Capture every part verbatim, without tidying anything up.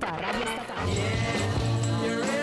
alla Radio Statale.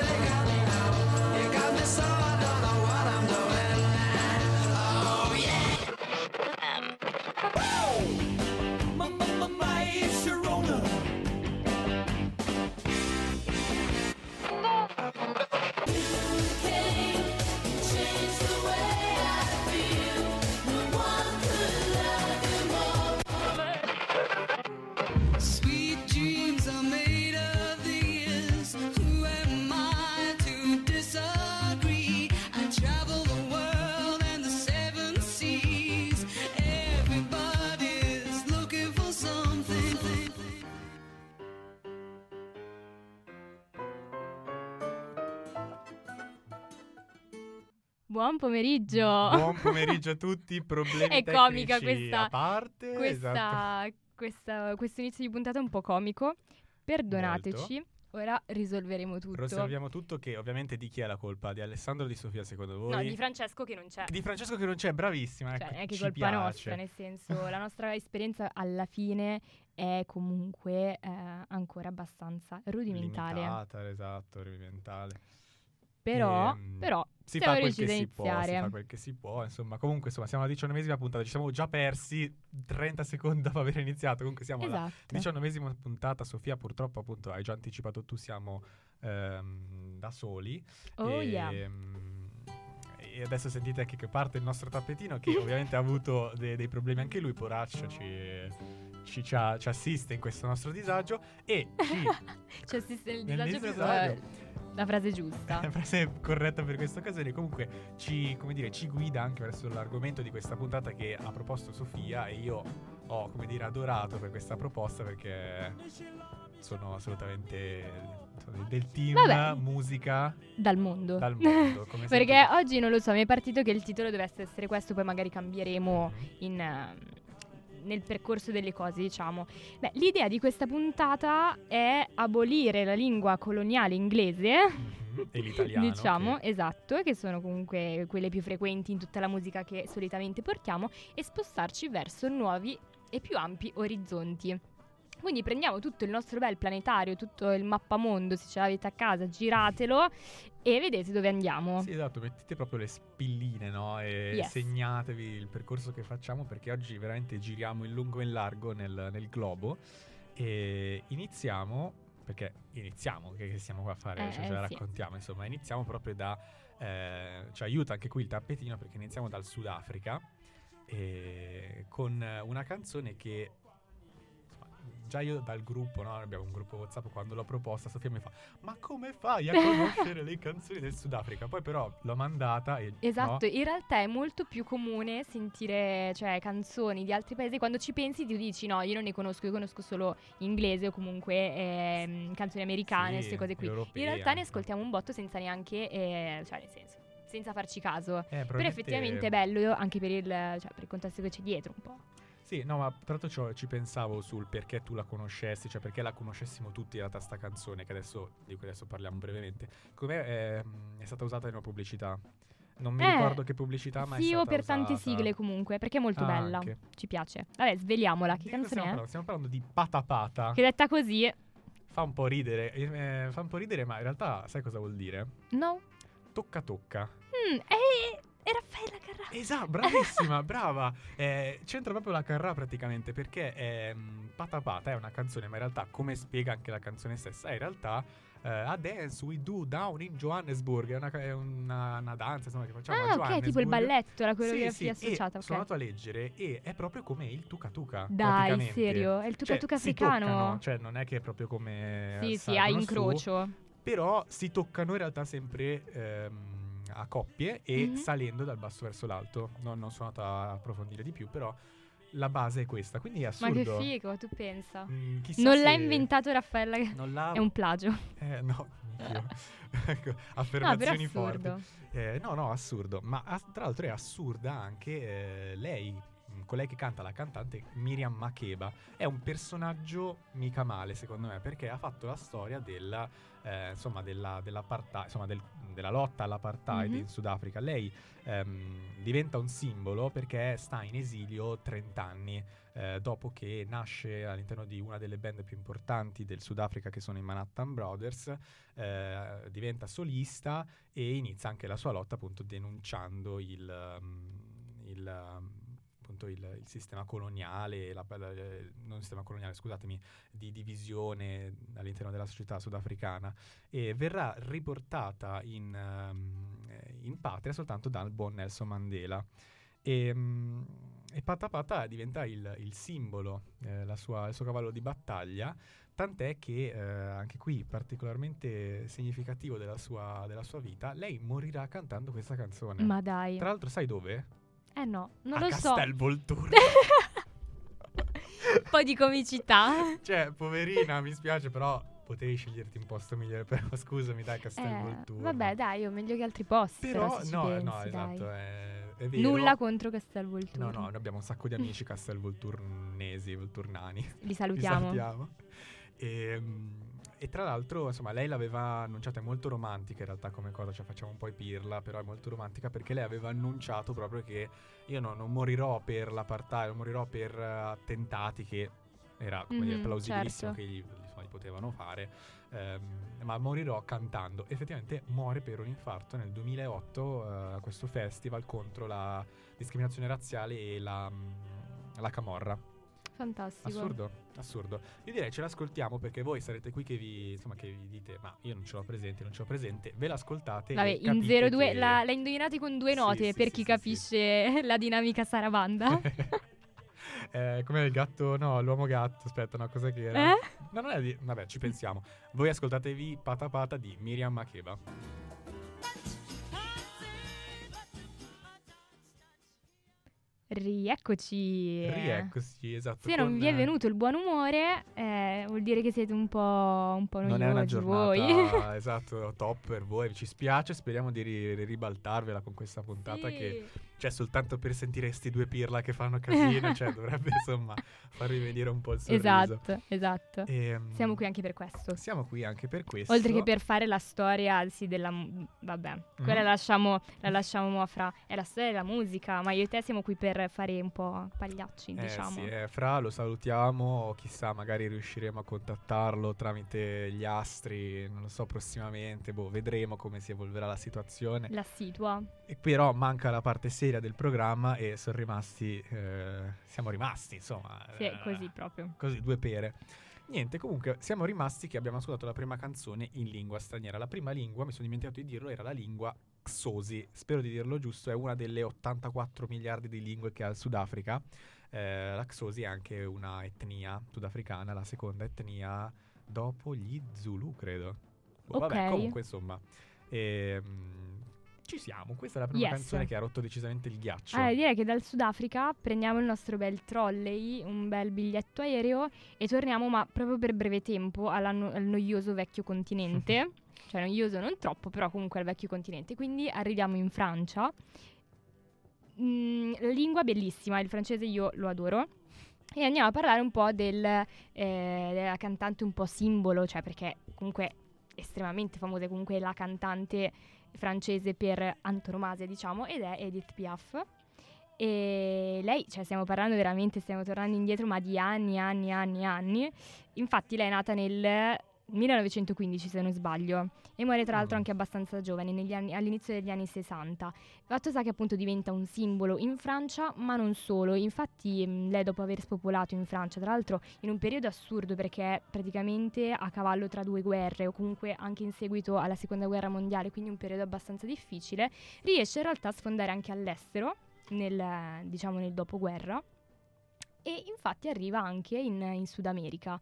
Buon pomeriggio. Buon pomeriggio a tutti, problemi È comica tecnici questa, a parte. questa, Esatto. questa, questo inizio di puntata è un po' comico. Perdonateci, Molto. ora risolveremo tutto. Risolviamo tutto, che ovviamente di chi è la colpa? Di Alessandro o di Sofia secondo voi? No, di Francesco che non c'è. Di Francesco che non c'è, bravissima. Cioè, ecco, non è che ci colpa piace. nostra, nel senso, la nostra esperienza alla fine è comunque eh, ancora abbastanza rudimentale. Limitata, esatto, rudimentale. Però, Ehm, però Si siamo fa quel riusciti che a si può, si iniziare. fa quel che si può, insomma. Comunque, insomma, siamo alla diciannovesima puntata, ci siamo già persi trenta secondi dopo aver iniziato. Comunque siamo alla Esatto. diciannovesima puntata. Sofia, purtroppo, appunto, hai già anticipato tu, siamo ehm, da soli. Oh e, yeah. ehm, e adesso sentite anche che parte il nostro tappetino, che ovviamente ha avuto de- dei problemi anche lui, poraccio, ci, ci, ci a- ci assiste in questo nostro disagio e ci Ci assiste nel nel disagio proprio disagio. eh, la frase giusta. La frase corretta per questa occasione. Comunque ci, come dire, ci guida anche verso l'argomento di questa puntata che ha proposto Sofia, e io ho, come dire, adorato per questa proposta, perché sono assolutamente sono del team Vabbè. musica Dal mondo. dal mondo, come Perché sempre. oggi non lo so, mi è partito che il titolo dovesse essere questo, poi magari cambieremo Mhm. in, eh, nel percorso delle cose, diciamo. Beh, l'idea di questa puntata è abolire la lingua coloniale inglese, Mhm. E l'italiano, diciamo, che- esatto, che sono comunque quelle più frequenti in tutta la musica che solitamente portiamo, e spostarci verso nuovi e più ampi orizzonti. Quindi prendiamo tutto il nostro bel planetario, tutto il mappamondo, se ce l'avete a casa, giratelo e vedete dove andiamo. Sì, esatto, mettete proprio le spilline, no? E Yes. segnatevi il percorso che facciamo, perché oggi veramente giriamo in lungo e in largo nel, nel globo. E iniziamo, perché iniziamo, che, che siamo qua a fare, Eh, cioè ce la sì. raccontiamo, insomma, iniziamo proprio da... eh, ci aiuta anche qui il tappetino, perché iniziamo dal Sudafrica, e con una canzone che... Già io dal gruppo, no? Abbiamo un gruppo WhatsApp, quando l'ho proposta Sofia mi fa: ma come fai a conoscere le canzoni del Sudafrica? Poi però l'ho mandata e Esatto, no, in realtà è molto più comune sentire, cioè, canzoni di altri paesi. Quando ci pensi ti dici no, io non ne conosco, io conosco solo inglese o comunque ehm, canzoni americane, sì, queste cose qui. europee In realtà ne anche. ascoltiamo un botto senza neanche, eh, cioè nel senso, senza farci caso. Eh, Però probabilmente- effettivamente è bello anche per il, cioè, per il contesto che c'è dietro un po'. Sì, no, ma tra l'altro ci- ci pensavo sul perché tu la conoscessi, cioè perché la conoscessimo tutti in realtà sta canzone, che adesso, di cui adesso parliamo brevemente. Come è, è stata usata in una pubblicità. Non mi Eh, ricordo che pubblicità, ma è Sì, stata o per tante usata. sigle comunque, perché è molto Ah, bella. anche. Ci piace. Vabbè, sveliamola, che Di cosa canzone stiamo è? parlando? Stiamo parlando di Pata Pata. Che detta così, Fa un po' ridere, eh, fa un po' ridere, ma in realtà sai cosa vuol dire? no? Tocca tocca. Mm, è, è Raffaella Carrà. Esatto, bravissima, brava. Eh, c'entra proprio la Carrà praticamente, perché è, mh, Pata Pata è una canzone, ma in realtà, come spiega anche la canzone stessa, è in realtà eh, a Dance We Do Down in Johannesburg. È una, è una, una danza, insomma, che facciamo a Ah, ok, tipo il Johannesburg. balletto, la Sì, coreografia sì, associata, e ok. sono andato a leggere e è proprio come il Tuca Tuca. Dai, praticamente. serio? È il tuca Cioè, tuca si africano? toccano, cioè non è che è proprio come Sì, sì, salgono a su, incrocio. però si toccano in realtà sempre ehm, a coppie e Mhm. salendo dal basso verso l'alto. No, non sono andato a approfondire di più, però la base è questa, quindi è Ma che assurdo. figo, tu pensa. Mm, chissà Non se- l'ha inventato Raffaella, Non l'ha... è un plagio. Eh, no, oddio. Ecco, No, però affermazioni assurdo. forti. Eh, no, no, assurdo. Ma as- tra l'altro è assurda anche eh, lei, mm, colei che canta, la cantante Miriam Makeba, è un personaggio mica male secondo me, perché ha fatto la storia della, eh, insomma, della, dell'apartheid, insomma del, della lotta all'apartheid Mhm. in Sudafrica. Lei ehm, diventa un simbolo perché sta in esilio trenta anni eh, dopo che nasce all'interno di una delle band più importanti del Sudafrica, che sono i Manhattan Brothers. Eh, diventa solista e inizia anche la sua lotta, appunto, denunciando il, um, il, um, appunto il, il sistema coloniale, la, la, non sistema coloniale, scusatemi, di divisione all'interno della società sudafricana, e verrà riportata in, um, in patria soltanto dal buon Nelson Mandela. E, um, e Pata Pata diventa il, il simbolo, eh, la sua, il suo cavallo di battaglia, tant'è che eh, anche qui particolarmente significativo della sua, della sua vita, lei morirà cantando questa canzone. Ma dai. Tra l'altro sai dove? Eh no, non A lo so. Castel Volturno. Un po' di comicità. Cioè, poverina, mi spiace, però potevi sceglierti un posto migliore, però scusami, dai, Castel Eh, Volturno. vabbè, dai, io meglio che altri posti. Però, Però, se ci no, pensi, no, dai. esatto, è, è vero. Nulla contro Castelvolturno. No, no, noi abbiamo un sacco di amici castelvolturnesi, volturnani. Li salutiamo. Li salutiamo. E, e tra l'altro, insomma, lei l'aveva annunciata, è molto romantica in realtà come cosa, cioè facciamo un po' i pirla, però è molto romantica perché lei aveva annunciato proprio che io no, non morirò per l'apartheid, non morirò per uh, attentati, che era, come dire, Mhm, plausibilissimo certo. che gli, insomma, gli potevano fare, ehm, ma morirò cantando. Effettivamente muore per un infarto nel duemilaotto uh, a questo festival contro la discriminazione razziale e la, mh, la camorra. Fantastico. Assurdo, assurdo. Io direi ce l'ascoltiamo perché voi sarete qui che vi, insomma, che vi dite ma io non ce l'ho presente, non ce l'ho presente. Ve l'ascoltate Vabbè, e in capite zero due che... la, l'hai indovinati con due Sì, note sì, per sì, chi sì, capisce la dinamica sarabanda. eh, come il gatto, no, l'uomo gatto, aspetta, no, cosa che era? Eh? No, non è di... Vabbè, ci pensiamo. Voi ascoltatevi Pata Pata di Miriam Makeba. Rieccoci. Rieccoci, esatto. Se non con- vi è venuto il buon umore, eh, vuol dire che siete un po', un po' Non è una noiosi voi. giornata, esatto, top per voi. Ci spiace, speriamo di ri- ribaltarvela con questa puntata Sì. che cioè soltanto per sentire sti due pirla che fanno casino, cioè dovrebbe insomma farvi venire un po' il sorriso. Esatto, esatto. Ehm, Siamo qui anche per questo. Siamo qui anche per questo. Oltre che per fare la storia, sì, della... mu- vabbè, quella Mhm. la lasciamo, la lasciamo mo' a Fra. È la storia della musica, ma io e te siamo qui per fare un po' pagliacci, Eh, diciamo. sì, eh, Fra lo salutiamo, chissà magari riusciremo a contattarlo tramite gli astri, non lo so, prossimamente, boh, vedremo come si evolverà la situazione. La situa. E però manca la parte seria del programma e sono rimasti, eh, siamo rimasti insomma. Sì, eh, così proprio. Così, due pere. Niente, comunque siamo rimasti che abbiamo ascoltato la prima canzone in lingua straniera. La prima lingua, mi sono dimenticato di dirlo, era la lingua Xhosa. Spero di dirlo giusto, è una delle ottantaquattro miliardi di lingue che ha il Sudafrica. Eh, la Xhosa è anche una etnia sudafricana, la seconda etnia dopo gli Zulu, credo. Boh, Vabbè, Ok. comunque insomma, ehm, ci siamo. Questa è la prima Yes. canzone che ha rotto decisamente il ghiaccio. Allora, direi che dal Sudafrica prendiamo il nostro bel trolley, un bel biglietto aereo e torniamo, ma proprio per breve tempo, alla no- al noioso vecchio continente. Cioè noioso non troppo, però comunque al vecchio continente. Quindi arriviamo in Francia. Mm, la lingua bellissima, il francese io lo adoro. E andiamo a parlare un po' del, eh, della cantante un po' simbolo, cioè perché comunque estremamente famosa, è comunque la cantante francese per antonomasia, diciamo, ed è Edith Piaf. E lei, cioè stiamo parlando veramente, stiamo tornando indietro, ma di anni, anni, anni, anni. Infatti lei è nata nel millenovecentoquindici, se non sbaglio, e muore tra l'altro Mm. anche abbastanza giovane, negli anni- all'inizio degli anni sessanta. Fatto sta che appunto diventa un simbolo in Francia, ma non solo. Infatti mh, lei, dopo aver spopolato in Francia, tra l'altro in un periodo assurdo perché è praticamente a cavallo tra due guerre, o comunque anche in seguito alla seconda guerra mondiale, quindi un periodo abbastanza difficile, riesce in realtà a sfondare anche all'estero, nel, diciamo nel dopoguerra, e infatti arriva anche in, in Sud America.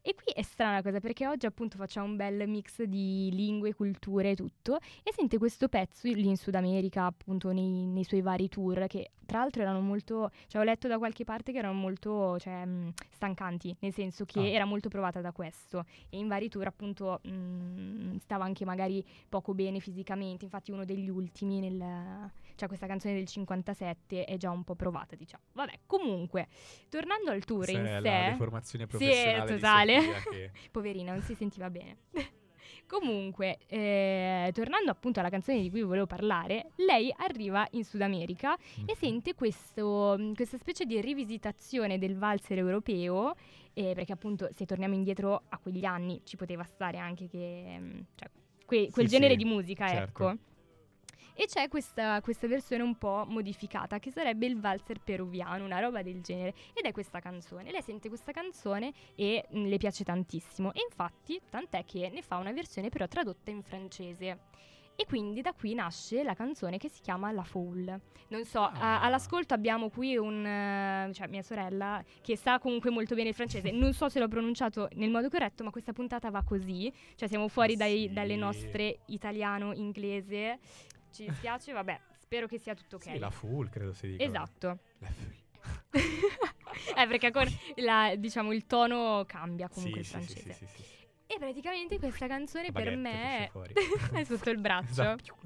E qui è strana la cosa, perché oggi appunto facciamo un bel mix di lingue, culture e tutto, e sente questo pezzo lì in Sud America, appunto nei, nei suoi vari tour, che tra l'altro erano molto, cioè ho letto da qualche parte che erano molto, cioè, mh, stancanti, nel senso che Ah. era molto provata da questo, e in vari tour appunto mh, stava anche magari poco bene fisicamente, infatti uno degli ultimi, nel, cioè questa canzone del cinquantasette è già un po' provata, diciamo. Vabbè, comunque, tornando al tour Questa in è sé... la deformazione Sì, professionale totale. di Sofia che... Poverina, non si sentiva bene. Comunque, eh, tornando appunto alla canzone di cui volevo parlare, lei arriva in Sud America e Mhm. sente questo, questa specie di rivisitazione del valzer europeo, eh, perché appunto se torniamo indietro a quegli anni ci poteva stare anche che, mm, cioè, que- quel Sì, genere sì, di musica, certo. ecco. E c'è questa, questa versione un po' modificata, che sarebbe il valzer peruviano, una roba del genere. Ed è questa canzone. Lei sente questa canzone e mh, le piace tantissimo. E infatti, tant'è che ne fa una versione però tradotta in francese. E quindi da qui nasce la canzone che si chiama La Foule. Non so, a- Ah. all'ascolto abbiamo qui un... eh, cioè mia sorella, che sa comunque molto bene il francese. Non so se l'ho pronunciato nel modo corretto, ma questa puntata va così. Cioè siamo fuori dai- Sì. dalle nostre italiano-inglese. Ci dispiace, vabbè, spero che sia tutto ok. Sì, la full credo si dica. Esatto. La full. eh, perché con la, diciamo, il tono cambia comunque Sì, il sì, sì, francese. sì, sì, sì. E praticamente questa canzone La per baguette che me esce fuori. è sotto il braccio. Esatto.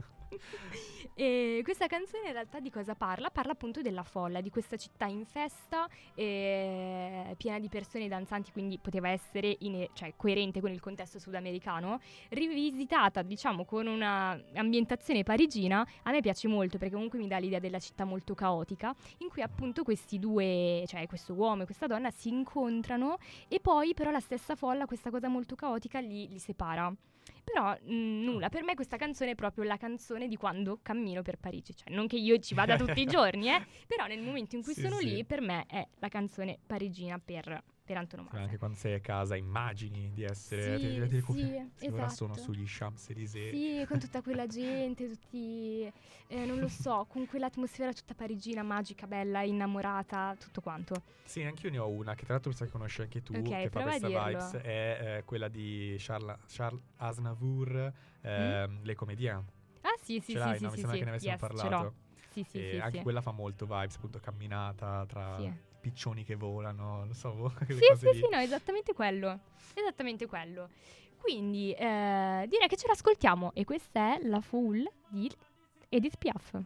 E questa canzone in realtà di cosa parla? Parla appunto della folla, di questa città in festa, eh, piena di persone danzanti, quindi poteva essere in- cioè, coerente con il contesto sudamericano, rivisitata diciamo con una ambientazione parigina. A me piace molto perché comunque mi dà l'idea della città molto caotica, in cui appunto questi due, cioè questo uomo e questa donna si incontrano e poi però la stessa folla, questa cosa molto caotica, li, li separa. Però mh, nulla, per me questa canzone è proprio la canzone di quando cammino per Parigi, cioè non che io ci vada tutti i giorni, eh, però nel momento in cui Sì, sono sì. lì per me è la canzone parigina per, per Sì, antonomasia. anche quando sei a casa immagini di essere Sì, ti- ti- ti- sì, sì, ora sono esatto. sugli Champs-Élysées. Sì, con tutta quella gente, tutti, eh, non lo so, con quell'atmosfera tutta parigina, magica, bella, innamorata, tutto quanto. Sì, anche io ne ho una che tra l'altro mi sa che conosci anche tu, Ok, che fa prova a questa dirlo. vibes, è eh, quella di Charles, Charles Aznavour, ehm, Les Comédiens. Ah sì, sì, Ce sì, l'hai? sì, No, sì, mi sembra sì, che ne avessimo yes, ce parlato. l'ho. Sì, sì, E sì, anche sì. quella fa molto vibes, appunto camminata tra Sì. piccioni che volano, non so, quelle Sì, cose sì, lì. sì, no, esattamente quello. Esattamente quello. Quindi eh, direi che ce l'ascoltiamo. E questa è La Foule di Edith Piaf.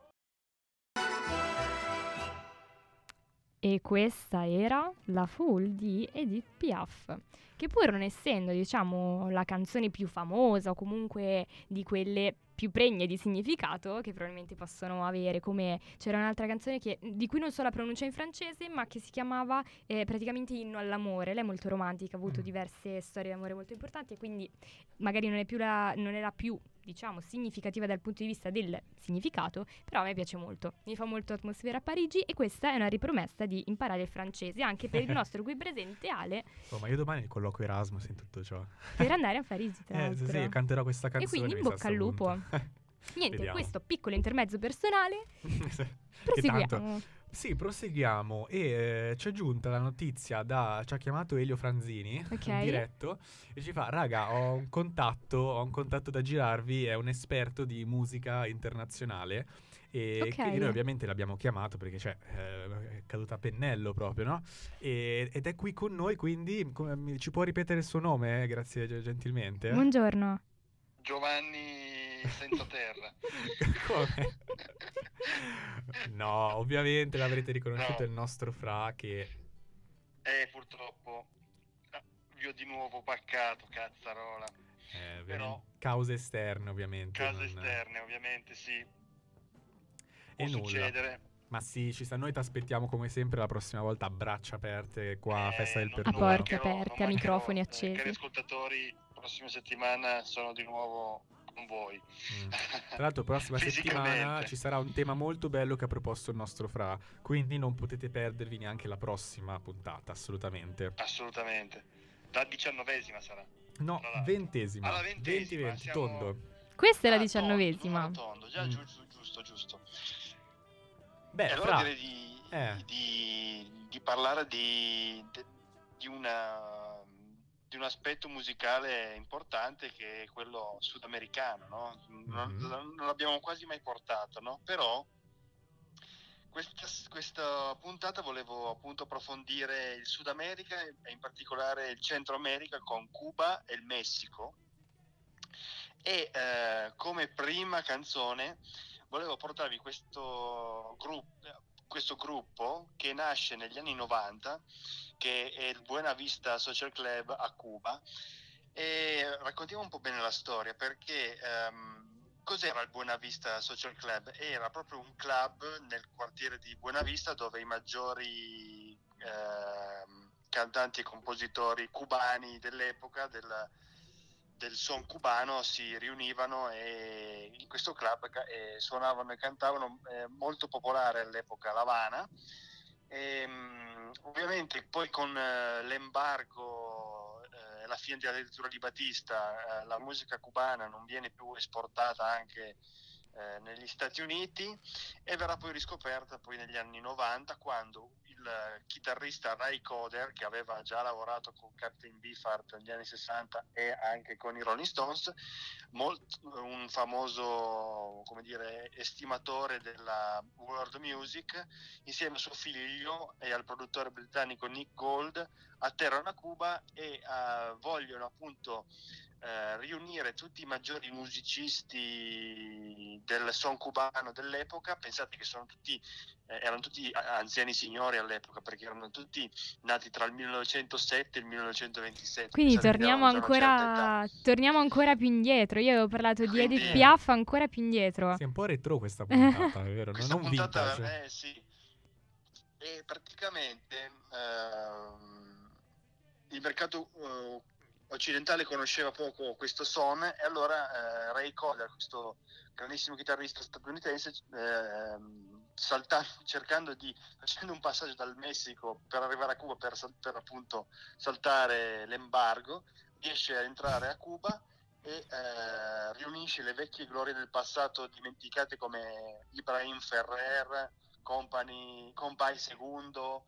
E questa era La Foule di Edith Piaf, che pur non essendo, diciamo, la canzone più famosa o comunque di quelle più pregne di significato che probabilmente possono avere, come c'era un'altra canzone che, di cui non so la pronuncia in francese, ma che si chiamava eh, praticamente Inno all'amore. Lei è molto romantica, ha avuto Mm. diverse storie d'amore molto importanti e quindi magari non è più la, non era più, diciamo, significativa dal punto di vista del significato, però a me piace molto, mi fa molto atmosfera a Parigi e questa è una ripromessa di imparare il francese anche per il nostro qui presente Ale, Oh, ma io domani il colloquio Erasmus in tutto ciò. per andare a Parigi tra Eh, l'altro. sì, sì, canterò questa E canzone. quindi in mi sa bocca al sto lupo. punto. Niente, Vediamo. questo piccolo intermezzo personale, Che proseguiamo. tanto- Sì, proseguiamo e eh, ci è giunta la notizia da ci ha chiamato Elio Franzini Ok. in diretto e ci fa: "Raga, ho un contatto, ho un contatto da girarvi, è un esperto di musica internazionale". E Ok. che noi ovviamente l'abbiamo chiamato perché cioè, eh, è caduta a pennello proprio, no? E- ed è qui con noi, quindi come- mi- ci può ripetere il suo nome, eh? Grazie ge- gentilmente. Buongiorno. Giovanni senza terra. Come? No, ovviamente l'avrete riconosciuto, No. il nostro Fra che... Eh, purtroppo ah, vi ho di nuovo paccato, cazzarola. eh, Però- ovviamente- cause esterne ovviamente. Case non- esterne, ovviamente, sì. E Può nulla. succedere. Ma sì, ci sta, noi ti aspettiamo come sempre la prossima volta a braccia aperte qua a Eh, Festa del non- A Perdono. non porte mancherò, aperte, non a microfoni mancherò. Eh, accesi. cari ascoltatori, prossima settimana sono di nuovo con voi. Mm. Tra l'altro prossima Fisicamente. settimana ci sarà un tema molto bello che ha proposto il nostro Fra, quindi non potete perdervi neanche la prossima puntata, assolutamente. Assolutamente. La diciannovesima sarà. No, Tra l'altro. ventesima. Alla ventesima, venti venti, siamo- tondo. Questa è la Ah, tondo, diciannovesima. numero tondo, già Mm. giusto, giusto, giusto. Beh, E allora Fra, direi di, eh. di, di parlare di, di- di una di un aspetto musicale importante che è quello sudamericano, no? Non, Mhm. non l'abbiamo quasi mai portato, no? Però questa, questa puntata volevo appunto approfondire il Sud America e in particolare il Centro America con Cuba e il Messico. E eh, come prima canzone volevo portarvi questo gruppo, questo gruppo che nasce negli anni novanta, che è il Buena Vista Social Club a Cuba. E raccontiamo un po' bene la storia, perché ehm, cos'era il Buena Vista Social Club? Era proprio un club nel quartiere di Buena Vista dove i maggiori ehm, cantanti e compositori cubani dell'epoca del, del son cubano si riunivano e in questo club eh, suonavano e cantavano, eh, molto popolare all'epoca l'Havana. E, mh, ovviamente poi con eh, l'embargo e eh, la fine della dittatura di Batista, eh, la musica cubana non viene più esportata anche eh, negli Stati Uniti e verrà poi riscoperta poi negli anni novanta, quando il chitarrista Ray Coder, che aveva già lavorato con Captain Beefheart negli anni sessanta e anche con i Rolling Stones, molt, un famoso, come dire, estimatore della world music, insieme a suo figlio e al produttore britannico Nick Gold atterrano a Cuba e uh, vogliono appunto uh, riunire tutti i maggiori musicisti del son cubano dell'epoca. Pensate che sono tutti eh, erano tutti anziani signori all'epoca, perché erano tutti nati tra il millenovecentosette e il millenovecentoventisette. Quindi Pensate che torniamo avevano già una certa età. ancora, torniamo ancora più indietro. Io avevo parlato di Edith Quindi Piaf ancora più indietro. Sì, è un po' retro questa puntata, è vero? questa Non puntata, vintage. eh sì, e praticamente ehm, il mercato eh, occidentale conosceva poco questo son, e allora eh, Ray Coder, questo grandissimo chitarrista statunitense, ehm, saltando, cercando di, facendo un passaggio dal Messico per arrivare a Cuba per, per appunto saltare l'embargo, riesce a entrare a Cuba e eh, riunisce le vecchie glorie del passato dimenticate come Ibrahim Ferrer, Company, Compay Segundo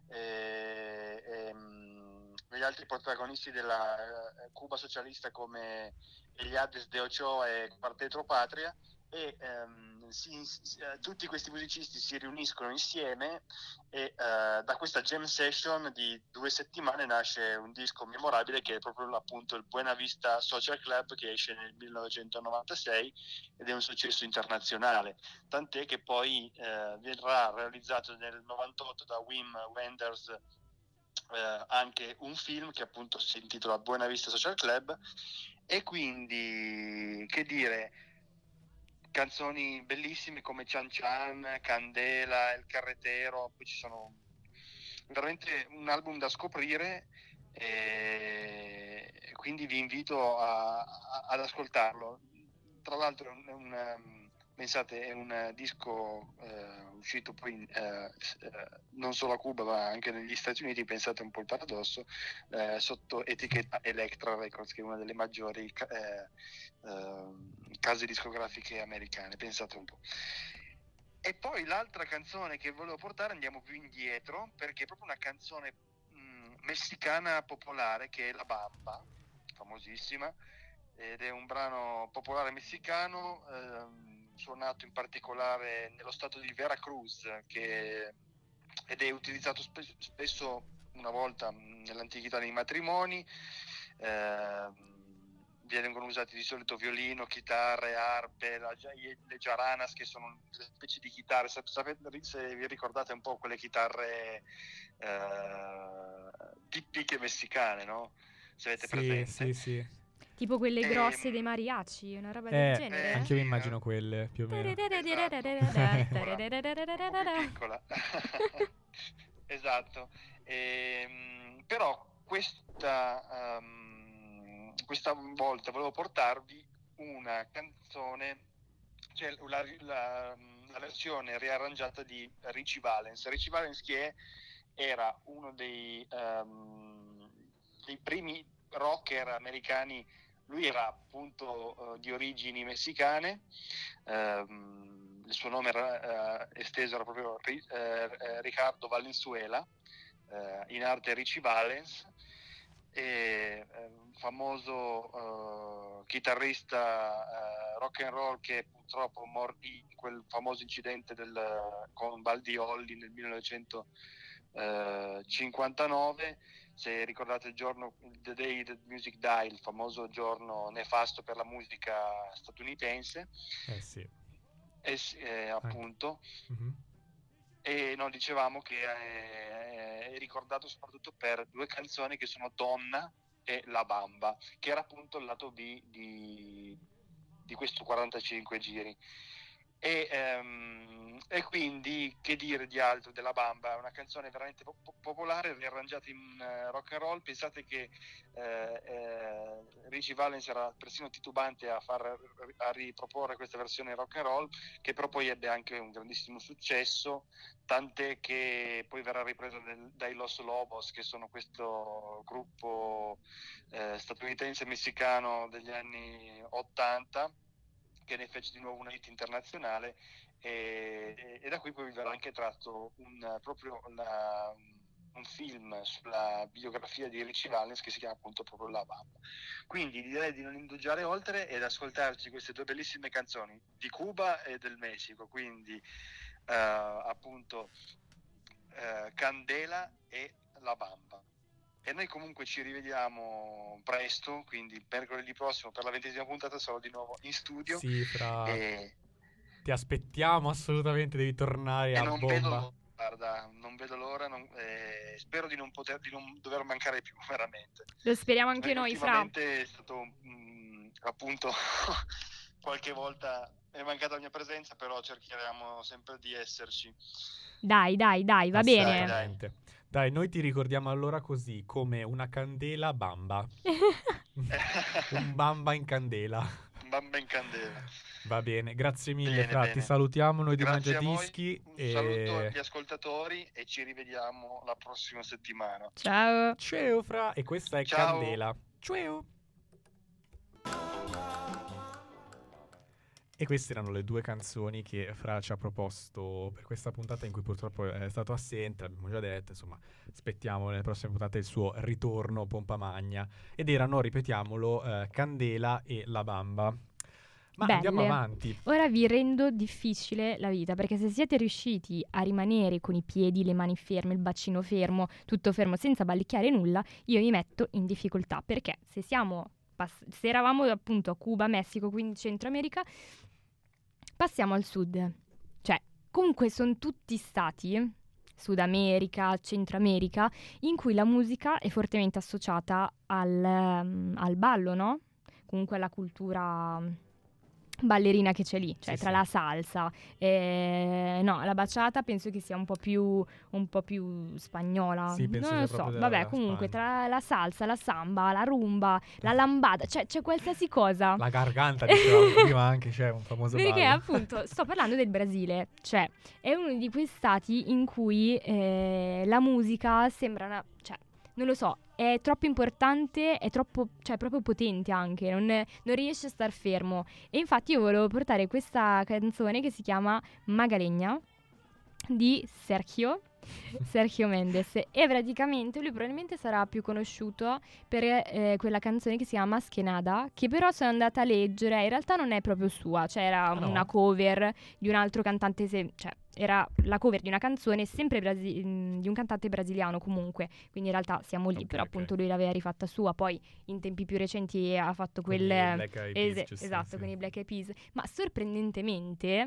e, e gli altri protagonisti della eh, Cuba socialista come Eliades de Ochoa e Quartetro Patria. E ehm, si, si, tutti questi musicisti si riuniscono insieme e eh, da questa jam session di due settimane nasce un disco memorabile che è proprio appunto il Buena Vista Social Club, che esce nel millenovecentonovantasei ed è un successo internazionale, tant'è che poi eh, verrà realizzato nel novantotto da Wim Wenders eh, anche un film che appunto si intitola Buena Vista Social Club. E quindi, che dire, canzoni bellissime come Chan Chan, Candela, Il Carretero, poi ci sono veramente un album da scoprire e quindi vi invito a, a, ad ascoltarlo. Tra l'altro è un, un, pensate, è un disco eh, uscito poi eh, non solo a Cuba ma anche negli Stati Uniti, pensate un po' il paradosso, eh, sotto etichetta Elektra Records, che è una delle maggiori eh, eh, case discografiche americane, pensate un po'. E poi l'altra canzone che volevo portare, andiamo più indietro, perché è proprio una canzone mh, messicana popolare, che è La Bamba, famosissima, ed è un brano popolare messicano ehm, suonato in particolare nello stato di Veracruz, che, ed è utilizzato spe- spesso una volta nell'antichità nei matrimoni. ehm, vengono usati di solito violino, chitarre, arpe, la, le jaranas, che sono delle specie di chitarre, sapete, se vi ricordate un po' quelle chitarre eh, tipiche messicane, no? Se avete Sì, presente. sì, sì. Tipo quelle E, grosse dei mariachi, una roba del Eh, genere? eh, anche io mi sì, immagino eh. quelle, più o meno. Esatto, un po' più piccola. Esatto. Ehm, però questa, um, questa volta volevo portarvi una canzone, cioè la, la, la versione riarrangiata di Richie Valens. Richie Valens, che è, era uno dei, um, dei primi rocker americani. Lui era appunto uh, di origini messicane, um, il suo nome era uh, esteso, era proprio uh, Ricardo Valenzuela, uh, in arte Richie Valens, e eh, un famoso uh, chitarrista uh, rock and roll che purtroppo morì in quel famoso incidente del, con Buddy Holly nel millenovecentocinquantanove. Se ricordate il giorno, The Day That Music Died, il famoso giorno nefasto per la musica statunitense, Eh sì. e, eh, appunto, mm-hmm. E no, dicevamo che è, è ricordato soprattutto per due canzoni che sono Donna e La Bamba, che era appunto il lato B di, di questo quarantacinque giri. E, um, e quindi che dire di altro della Bamba? È una canzone veramente po- popolare, riarrangiata in uh, rock and roll. Pensate che uh, uh, Richie Valens era persino titubante a, far, a riproporre questa versione rock and roll, che però poi ebbe anche un grandissimo successo, tant'è che poi verrà ripresa del, dai Los Lobos, che sono questo gruppo uh, statunitense messicano degli anni ottanta, che ne fece di nuovo una hit internazionale, e, e, e da qui poi verrà anche tratto un, proprio una, un film sulla biografia di Richie Valens che si chiama appunto proprio La Bamba. Quindi direi di non indugiare oltre ed ascoltarci queste due bellissime canzoni di Cuba e del Messico, quindi uh, appunto uh, Candela e La Bamba. E noi comunque ci rivediamo presto, quindi mercoledì prossimo per la ventesima puntata sarò di nuovo in studio. Sì, Fra, e... ti aspettiamo assolutamente, devi tornare e a non bomba. Vedo l'ora, guarda, non vedo l'ora, non, eh, spero di non poter, di non dover mancare più, veramente. Lo speriamo anche Perché noi, Fra. ultimamente è stato mh, appunto qualche volta è mancata la mia presenza, però cercheremo sempre di esserci. Dai, dai, dai, va bene. Dai, dai, noi ti ricordiamo allora così, come una candela bamba. Un bamba in candela. Un bamba in candela. Va bene, grazie mille, bene, Fra, bene. Ti salutiamo noi di Grazie Mangiadischi. Un e... saluto agli ascoltatori e ci rivediamo la prossima settimana. Ciao. Ciao, Fra, e questa è Ciao. Candela. Ciao. E queste erano le due canzoni che Fra ci ha proposto per questa puntata, in cui purtroppo è stato assente, l'abbiamo già detto, insomma, aspettiamo nelle prossime puntate il suo ritorno pompa magna. Ed erano, ripetiamolo, eh, Candela e La Bamba. Ma Belle. andiamo avanti. Ora vi rendo difficile la vita, perché se siete riusciti a rimanere con i piedi, le mani ferme, il bacino fermo, tutto fermo, senza ballicchiare nulla, io mi metto in difficoltà, perché se siamo pass- se eravamo appunto a Cuba, Messico, quindi Centro America, passiamo al sud. Cioè, comunque sono tutti stati, Sud America, Centro America, in cui la musica è fortemente associata al, um, al ballo, no? Comunque alla cultura ballerina che c'è lì, cioè Sì, tra sì. la salsa, eh, no, la bachata penso che sia un po' più un po' più spagnola, Sì, penso non lo sia so, proprio vabbè, della comunque Spagna. tra la salsa, la samba, la rumba, la lambada, cioè c'è qualsiasi cosa. La garganta, dicevamo prima, anche c'è un famoso Perché ballo. appunto sto parlando del Brasile, cioè è uno di quei stati in cui eh, la musica sembra una, cioè non lo so, è troppo importante, è troppo, cioè proprio potente anche, non, non riesce a star fermo. E infatti io volevo portare questa canzone che si chiama Magalegna di Sergio Sergio Mendes, e praticamente lui probabilmente sarà più conosciuto per eh, quella canzone che si chiama Maskenada, che però sono andata a leggere, in realtà non è proprio sua, cioè era Ah, no? una cover di un altro cantante, se- cioè era la cover di una canzone sempre brasi- mh, di un cantante brasiliano comunque, quindi in realtà siamo lì, Ok, però ok. appunto lui l'aveva rifatta sua, poi in tempi più recenti ha fatto Con quel... i Black Eyed Peas, es- ci sta, esatto, sì. con i Black Eyed Peas, ma sorprendentemente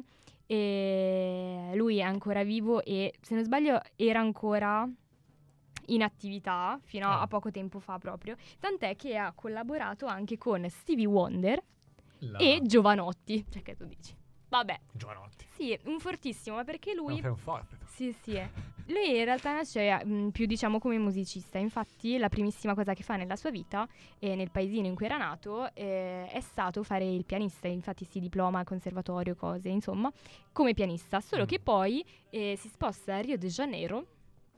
e lui è ancora vivo e, se non sbaglio, era ancora in attività fino a, Ah. a poco tempo fa proprio, tant'è che ha collaborato anche con Stevie Wonder La... e Giovanotti, cioè che tu dici vabbè, Giovanotti. sì, un fortissimo, ma perché lui No, fai un forte. sì, sì. eh. Lui in realtà nasce mh, più, diciamo, come musicista. Infatti la primissima cosa che fa nella sua vita, e nel paesino in cui era nato, eh, è stato fare il pianista. Infatti si diploma al conservatorio, cose, insomma, come pianista. Solo Mm. che poi eh, si sposta a Rio de Janeiro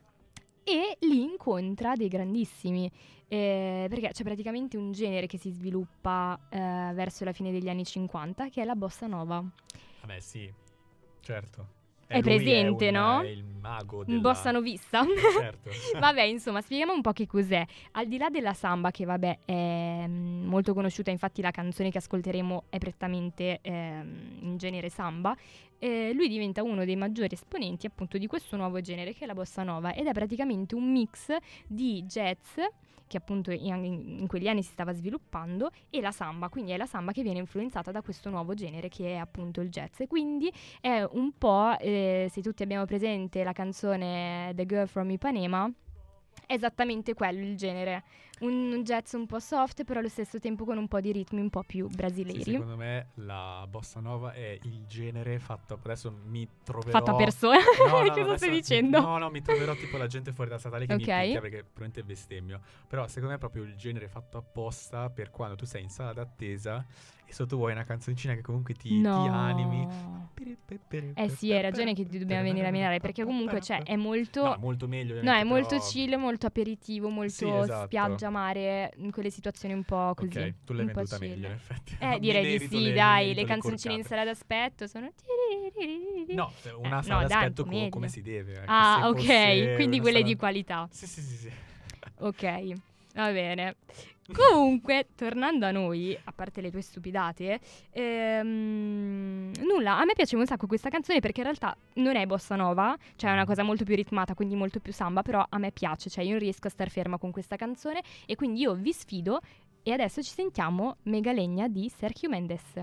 e lì incontra dei grandissimi. eh, perché c'è praticamente un genere che si sviluppa eh, verso la fine degli anni cinquanta, che è la bossa nova. Vabbè, sì, certo. È lui presente, è un, no? È il mago Un della... bossa novista. Certo. Vabbè, insomma, spieghiamo un po' che cos'è. Al di là della samba, che vabbè è mm, molto conosciuta, infatti la canzone che ascolteremo è prettamente ehm, in genere samba, eh, lui diventa uno dei maggiori esponenti appunto di questo nuovo genere che è la bossa nova, ed è praticamente un mix di jazz, che appunto in, in quegli anni si stava sviluppando, e la samba, quindi è la samba che viene influenzata da questo nuovo genere che è appunto il jazz. E quindi è un po', eh, se tutti abbiamo presente la canzone The Girl from Ipanema, è esattamente quello il genere, un, un jazz un po' soft, però allo stesso tempo con un po' di ritmi un po' più brasileiri. Sì, secondo me la bossa nova è il genere fatto, adesso mi troverò... Fatto a persona. No, no, Cosa no, stai adesso- dicendo? No, no, mi troverò tipo la gente fuori da statale che Ok. mi picchia perché probabilmente bestemmio. Però secondo me è proprio il genere fatto apposta per quando tu sei in sala d'attesa e sotto vuoi una canzoncina che comunque ti, ti No. animi. Eh sì, hai ragione che ti dobbiamo venire a mirare, perché comunque cioè è molto... No, molto meglio No, ovviamente, è molto però- chill, molto aperitivo, molto Sì, esatto. spiaggia, mare, in quelle situazioni un po' così. Ok, tu l'hai un po' venduta chill. meglio in effetti. Eh, Mi direi di merito sì, le- mi dai, merito le canzoncine in corcate. sala d'aspetto sono... No, una Eh, sala no, dai, d'aspetto un po' co- meglio. come si deve. ecco, Ah, se ok, fosse quindi una quelle sala- di qualità. Sì, sì, sì, sì. Ok, va bene. Comunque, tornando a noi, a parte le tue stupidate, ehm, nulla, a me piace un sacco questa canzone perché in realtà non è bossa nova, cioè è una cosa molto più ritmata, quindi molto più samba, però a me piace, cioè io non riesco a star ferma con questa canzone e quindi io vi sfido e adesso ci sentiamo Megalegna di Sergio Mendes.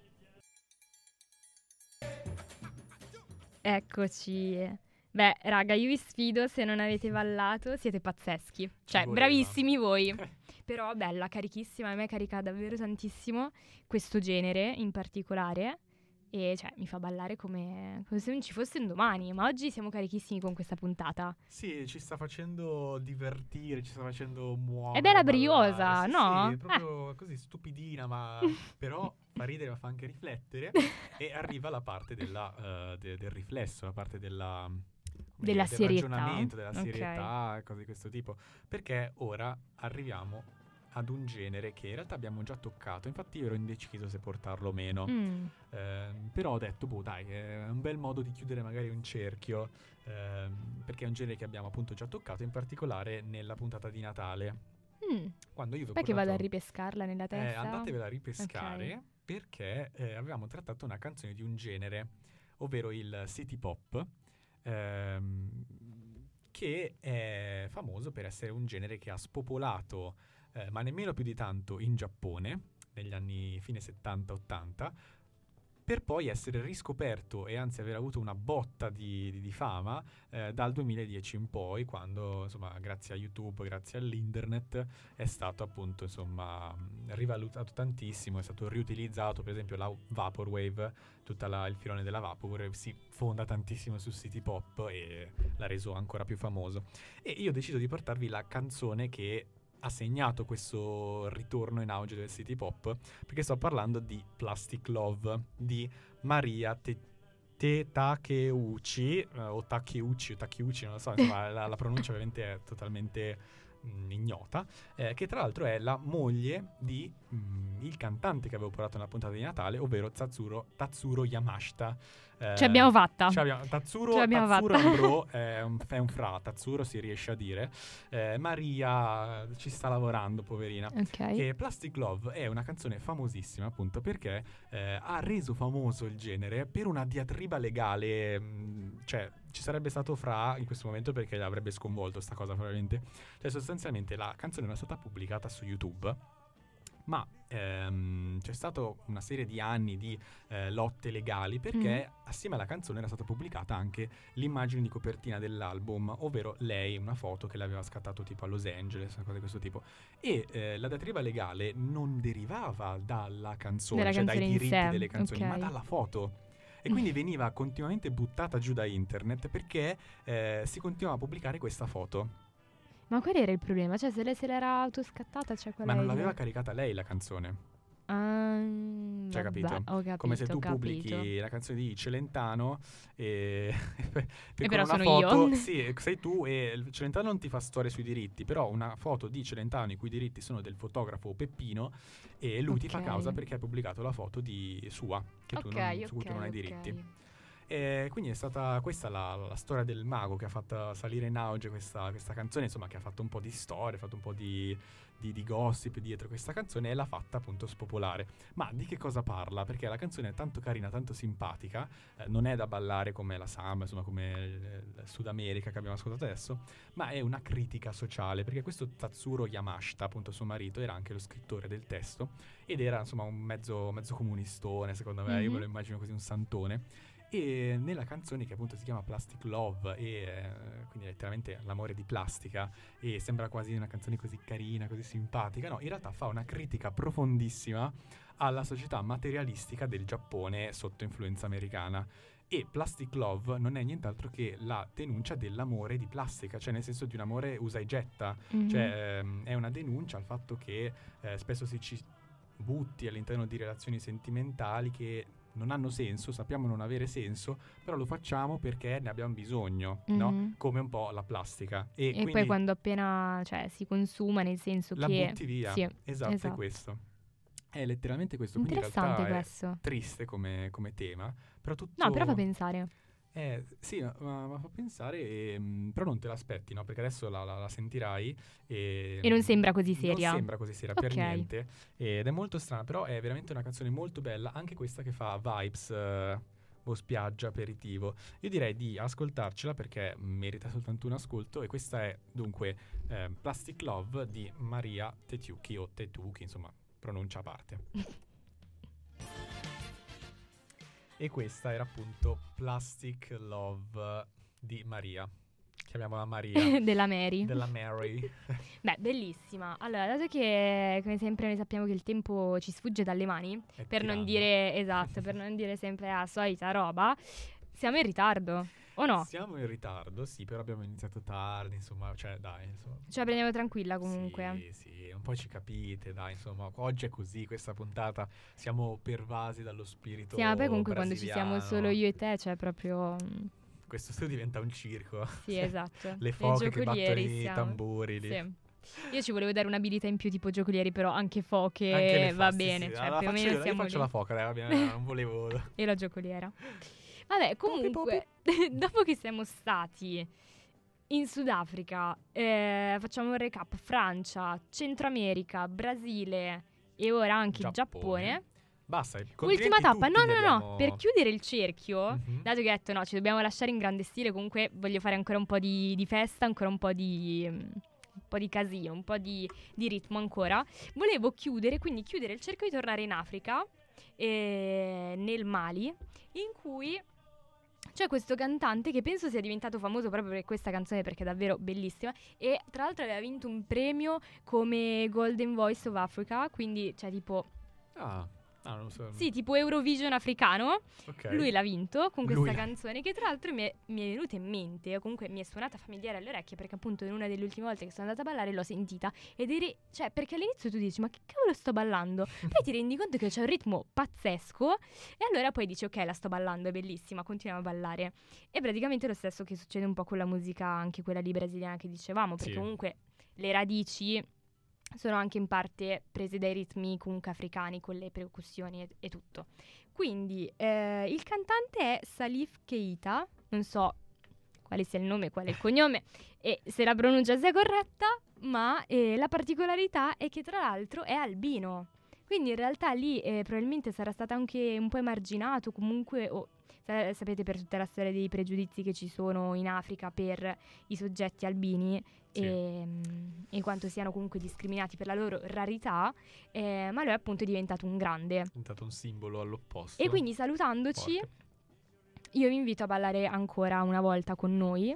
Eccoci. Beh, raga, io vi sfido, se non avete ballato siete pazzeschi. Cioè, voleva. bravissimi voi. Però bella, carichissima, a me carica davvero tantissimo questo genere in particolare. E cioè, mi fa ballare come, come se non ci fosse un domani. Ma oggi siamo carichissimi con questa puntata. Sì, ci sta facendo divertire, ci sta facendo muovere. È bella ballare. briosa, Sì, no? Sì, proprio così stupidina, ma però fa ridere, ma fa anche riflettere. E arriva la parte della, eh, de- del riflesso, la parte della... come Della dire, serietà. del ragionamento, della Ok. serietà, cose di questo tipo. Perché ora arriviamo ad un genere che in realtà abbiamo già toccato. Infatti io ero indeciso se portarlo o meno. Mm. Ehm, però ho detto, boh, dai, è un bel modo di chiudere magari un cerchio, ehm, perché è un genere che abbiamo appunto già toccato, in particolare nella puntata di Natale. Mm. Quando io vi ho Poi che vado a portato- ripescarla nella eh, testa. andatevela a ripescare, Ok. perché eh, avevamo trattato una canzone di un genere, ovvero il city pop, ehm, che è famoso per essere un genere che ha spopolato, eh, ma nemmeno più di tanto, in Giappone, negli anni fine settanta ottanta, per poi essere riscoperto e anzi aver avuto una botta di, di- di fama eh, dal duemiladieci in poi, quando insomma grazie a YouTube, grazie all'internet è stato appunto insomma mh, rivalutato tantissimo, è stato riutilizzato. Per esempio la Vaporwave, tutto il filone della Vaporwave si fonda tantissimo su city pop e l'ha reso ancora più famoso. E io ho deciso di portarvi la canzone che ha segnato questo ritorno in auge del city pop, perché sto parlando di Plastic Love di Maria Te, Te Takeuchi, eh, o Takeuchi o Takeuchi, non lo so, insomma la, la pronuncia ovviamente è totalmente mh, ignota, eh, che tra l'altro è la moglie di mh, il cantante che avevo portato nella puntata di Natale, ovvero Tatsuro, Tatsuro Yamashita. Eh, Ce l'abbiamo fatta. ce l'abbiamo- Tatsuro, Ce l'abbiamo Tatsuro fatta. è un bro, è un, è un fra, Tatsuro si riesce a dire. Eh, Maria ci sta lavorando, poverina. Ok. E Plastic Love è una canzone famosissima appunto perché eh, ha reso famoso il genere per una diatriba legale, mh, cioè ci sarebbe stato Fra in questo momento perché l'avrebbe sconvolto sta cosa probabilmente. Cioè sostanzialmente la canzone non è stata pubblicata su YouTube, ma ehm, c'è stata una serie di anni di eh, lotte legali perché Mm. assieme alla canzone era stata pubblicata anche l'immagine di copertina dell'album, ovvero lei, una foto che l'aveva scattato tipo a Los Angeles, una cosa di questo tipo. E eh, la diatriba legale non derivava dalla canzone, Della cioè canzone dai in diritti sé, delle canzoni, ok. ma dalla foto. E quindi veniva continuamente buttata giù da internet perché eh, si continuava a pubblicare questa foto. Ma qual era il problema? Cioè, se lei se l'era autoscattata, cioè quella Ma non è il- l'aveva caricata lei la canzone. Ah, Cioè, vabbè, capito? ho capito, Come se tu ho capito. pubblichi la canzone di Celentano e, e con però una sono foto, io. sì, sei tu e il Celentano non ti fa storie sui diritti, però una foto di Celentano i cui diritti sono del fotografo Peppino e lui ti fa Ok. causa perché hai pubblicato la foto di sua che tu Ok, non, su cui ok, tu non hai ok. diritti. E quindi è stata questa la, la storia del mago che ha fatto salire in auge questa, questa canzone, insomma, che ha fatto un po' di storia, ha fatto un po' di, di, di gossip dietro questa canzone e l'ha fatta appunto spopolare. Ma di che cosa parla? Perché la canzone è tanto carina, tanto simpatica, eh, non è da ballare come la samba, insomma, come il, il Sud America che abbiamo ascoltato adesso, ma è una critica sociale, perché questo Tatsuro Yamashita, appunto suo marito, era anche lo scrittore del testo ed era insomma un mezzo, mezzo comunistone, secondo me, mm-hmm. Io me lo immagino così, un santone. E nella canzone, che appunto si chiama Plastic Love, e eh, quindi letteralmente l'amore di plastica, e sembra quasi una canzone così carina, così simpatica, no, in realtà fa una critica profondissima alla società materialistica del Giappone sotto influenza americana. E Plastic Love non è nient'altro che la denuncia dell'amore di plastica, cioè nel senso di un amore usa e getta, mm-hmm. cioè ehm, è una denuncia al fatto che eh, spesso si ci butti all'interno di relazioni sentimentali che non hanno senso, sappiamo non avere senso, però lo facciamo perché ne abbiamo bisogno, mm-hmm. no? Come un po' la plastica. E, e poi quando appena, cioè, si consuma, nel senso la che... La butti via, sì, esatto, esatto, è questo. È letteralmente questo. Interessante, quindi in realtà questo. È triste come, come tema, però tutto... No, però fa pensare. Eh, sì, ma, ma fa pensare, e, mh, però non te l'aspetti, no? Perché adesso la, la, la sentirai e... E non sembra così seria. Non sembra così seria, okay. per niente. Ed è molto strana, però è veramente una canzone molto bella, anche questa che fa vibes... Uh, o spiaggia, aperitivo. Io direi di ascoltarcela perché merita soltanto un ascolto, e questa è dunque eh, Plastic Love di Maria Tetuki, o Tetuki, insomma, pronuncia a parte. E questa era appunto Plastic Love di Maria. Chiamiamola Maria. Della Mary. Della Mary. Beh, bellissima. Allora, dato che come sempre noi sappiamo che il tempo ci sfugge dalle mani, È per tiranno. non dire, esatto, per non dire sempre la solita roba, siamo in ritardo, o no? Siamo in ritardo, sì, però abbiamo iniziato tardi, insomma, cioè dai, insomma. Ce la prendiamo tranquilla comunque. Sì, sì, un po' ci capite, dai, insomma, oggi è così, questa puntata siamo pervasi dallo spirito Sì, ma poi comunque brasiliano. Quando ci siamo solo io e te, cioè proprio... Questo studio diventa un circo. Sì, esatto. Le foche che battono i siamo. tamburi lì. Sì. Io ci volevo dare un'abilità in più tipo giocolieri, però anche foche anche le fo- va sì, bene, sì. cioè Allora, più o faccio meno io, siamo io faccio lì. la foca, dai, va bene, non volevo... E la giocoliera. Vabbè, comunque, dopo che siamo stati in Sudafrica, eh, facciamo un recap: Francia, Centro America, Brasile e ora anche il Giappone. Giappone. Basta, Ultima tappa, no no no, abbiamo... per chiudere il cerchio, mm-hmm. dato che ho detto no, ci dobbiamo lasciare in grande stile, comunque voglio fare ancora un po' di, di festa, ancora un po' di... un po' di casino, un po' di, di ritmo ancora. Volevo chiudere, quindi chiudere il cerchio di tornare in Africa, eh, nel Mali, in cui c'è questo cantante che penso sia diventato famoso proprio per questa canzone, perché è davvero bellissima, e tra l'altro aveva vinto un premio come Golden Voice of Africa, quindi cioè tipo... Ah... Ah, non lo so. Sì, tipo Eurovision africano. Okay. Lui l'ha vinto con questa Lui. canzone, che tra l'altro mi è, mi è venuta in mente, o comunque mi è suonata familiare alle orecchie, perché appunto in una delle ultime volte che sono andata a ballare l'ho sentita ed eri, cioè, perché all'inizio tu dici ma che cavolo sto ballando? Poi ti rendi conto che c'è un ritmo pazzesco e allora poi dici ok, la sto ballando, è bellissima, continuiamo a ballare. E praticamente lo stesso che succede un po' con la musica, anche quella lì brasiliana che dicevamo, perché sì. comunque le radici sono anche in parte prese dai ritmi comunque africani, con le percussioni e, e tutto. Quindi eh, il cantante è Salif Keita, non so quale sia il nome, quale è il cognome e se la pronuncia sia corretta, ma eh, la particolarità è che tra l'altro è albino. Quindi in realtà lì eh, probabilmente sarà stato anche un po' emarginato, comunque, o sa- sapete per tutta la storia dei pregiudizi che ci sono in Africa per i soggetti albini, Sì. e, e quanto siano comunque discriminati per la loro rarità, eh, ma lui è appunto diventato un grande. È diventato un simbolo all'opposto. E quindi salutandoci, Forte. io vi invito a ballare ancora una volta con noi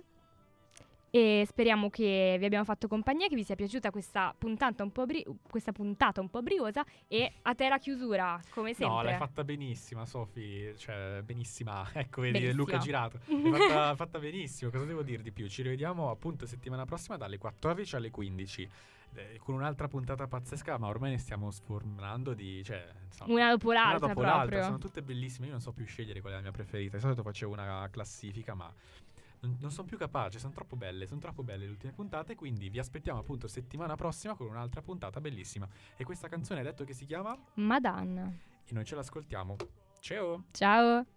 e speriamo che vi abbiamo fatto compagnia, che vi sia piaciuta questa puntata un po' bri- questa puntata un po' briosa, e a te la chiusura, come sempre. No, l'hai fatta benissima, Sofi, cioè benissima. Ecco, vedi, Benissima. Luca Girato. L'hai fatta, fatta benissimo, cosa devo dire di più? Ci rivediamo appunto settimana prossima dalle quattordici alle quindici. Eh, con un'altra puntata pazzesca, ma ormai ne stiamo sfornando di, cioè, insomma, Una dopo l'altra, una dopo proprio. l'altra, sono tutte bellissime. Io non so più scegliere qual è la mia preferita. Di solito facevo una classifica, ma non, non sono più capace, sono troppo belle, sono troppo belle le ultime puntate, quindi vi aspettiamo appunto settimana prossima con un'altra puntata bellissima. E questa canzone hai detto che si chiama? Madan. E noi ce l'ascoltiamo. Ciao! Ciao!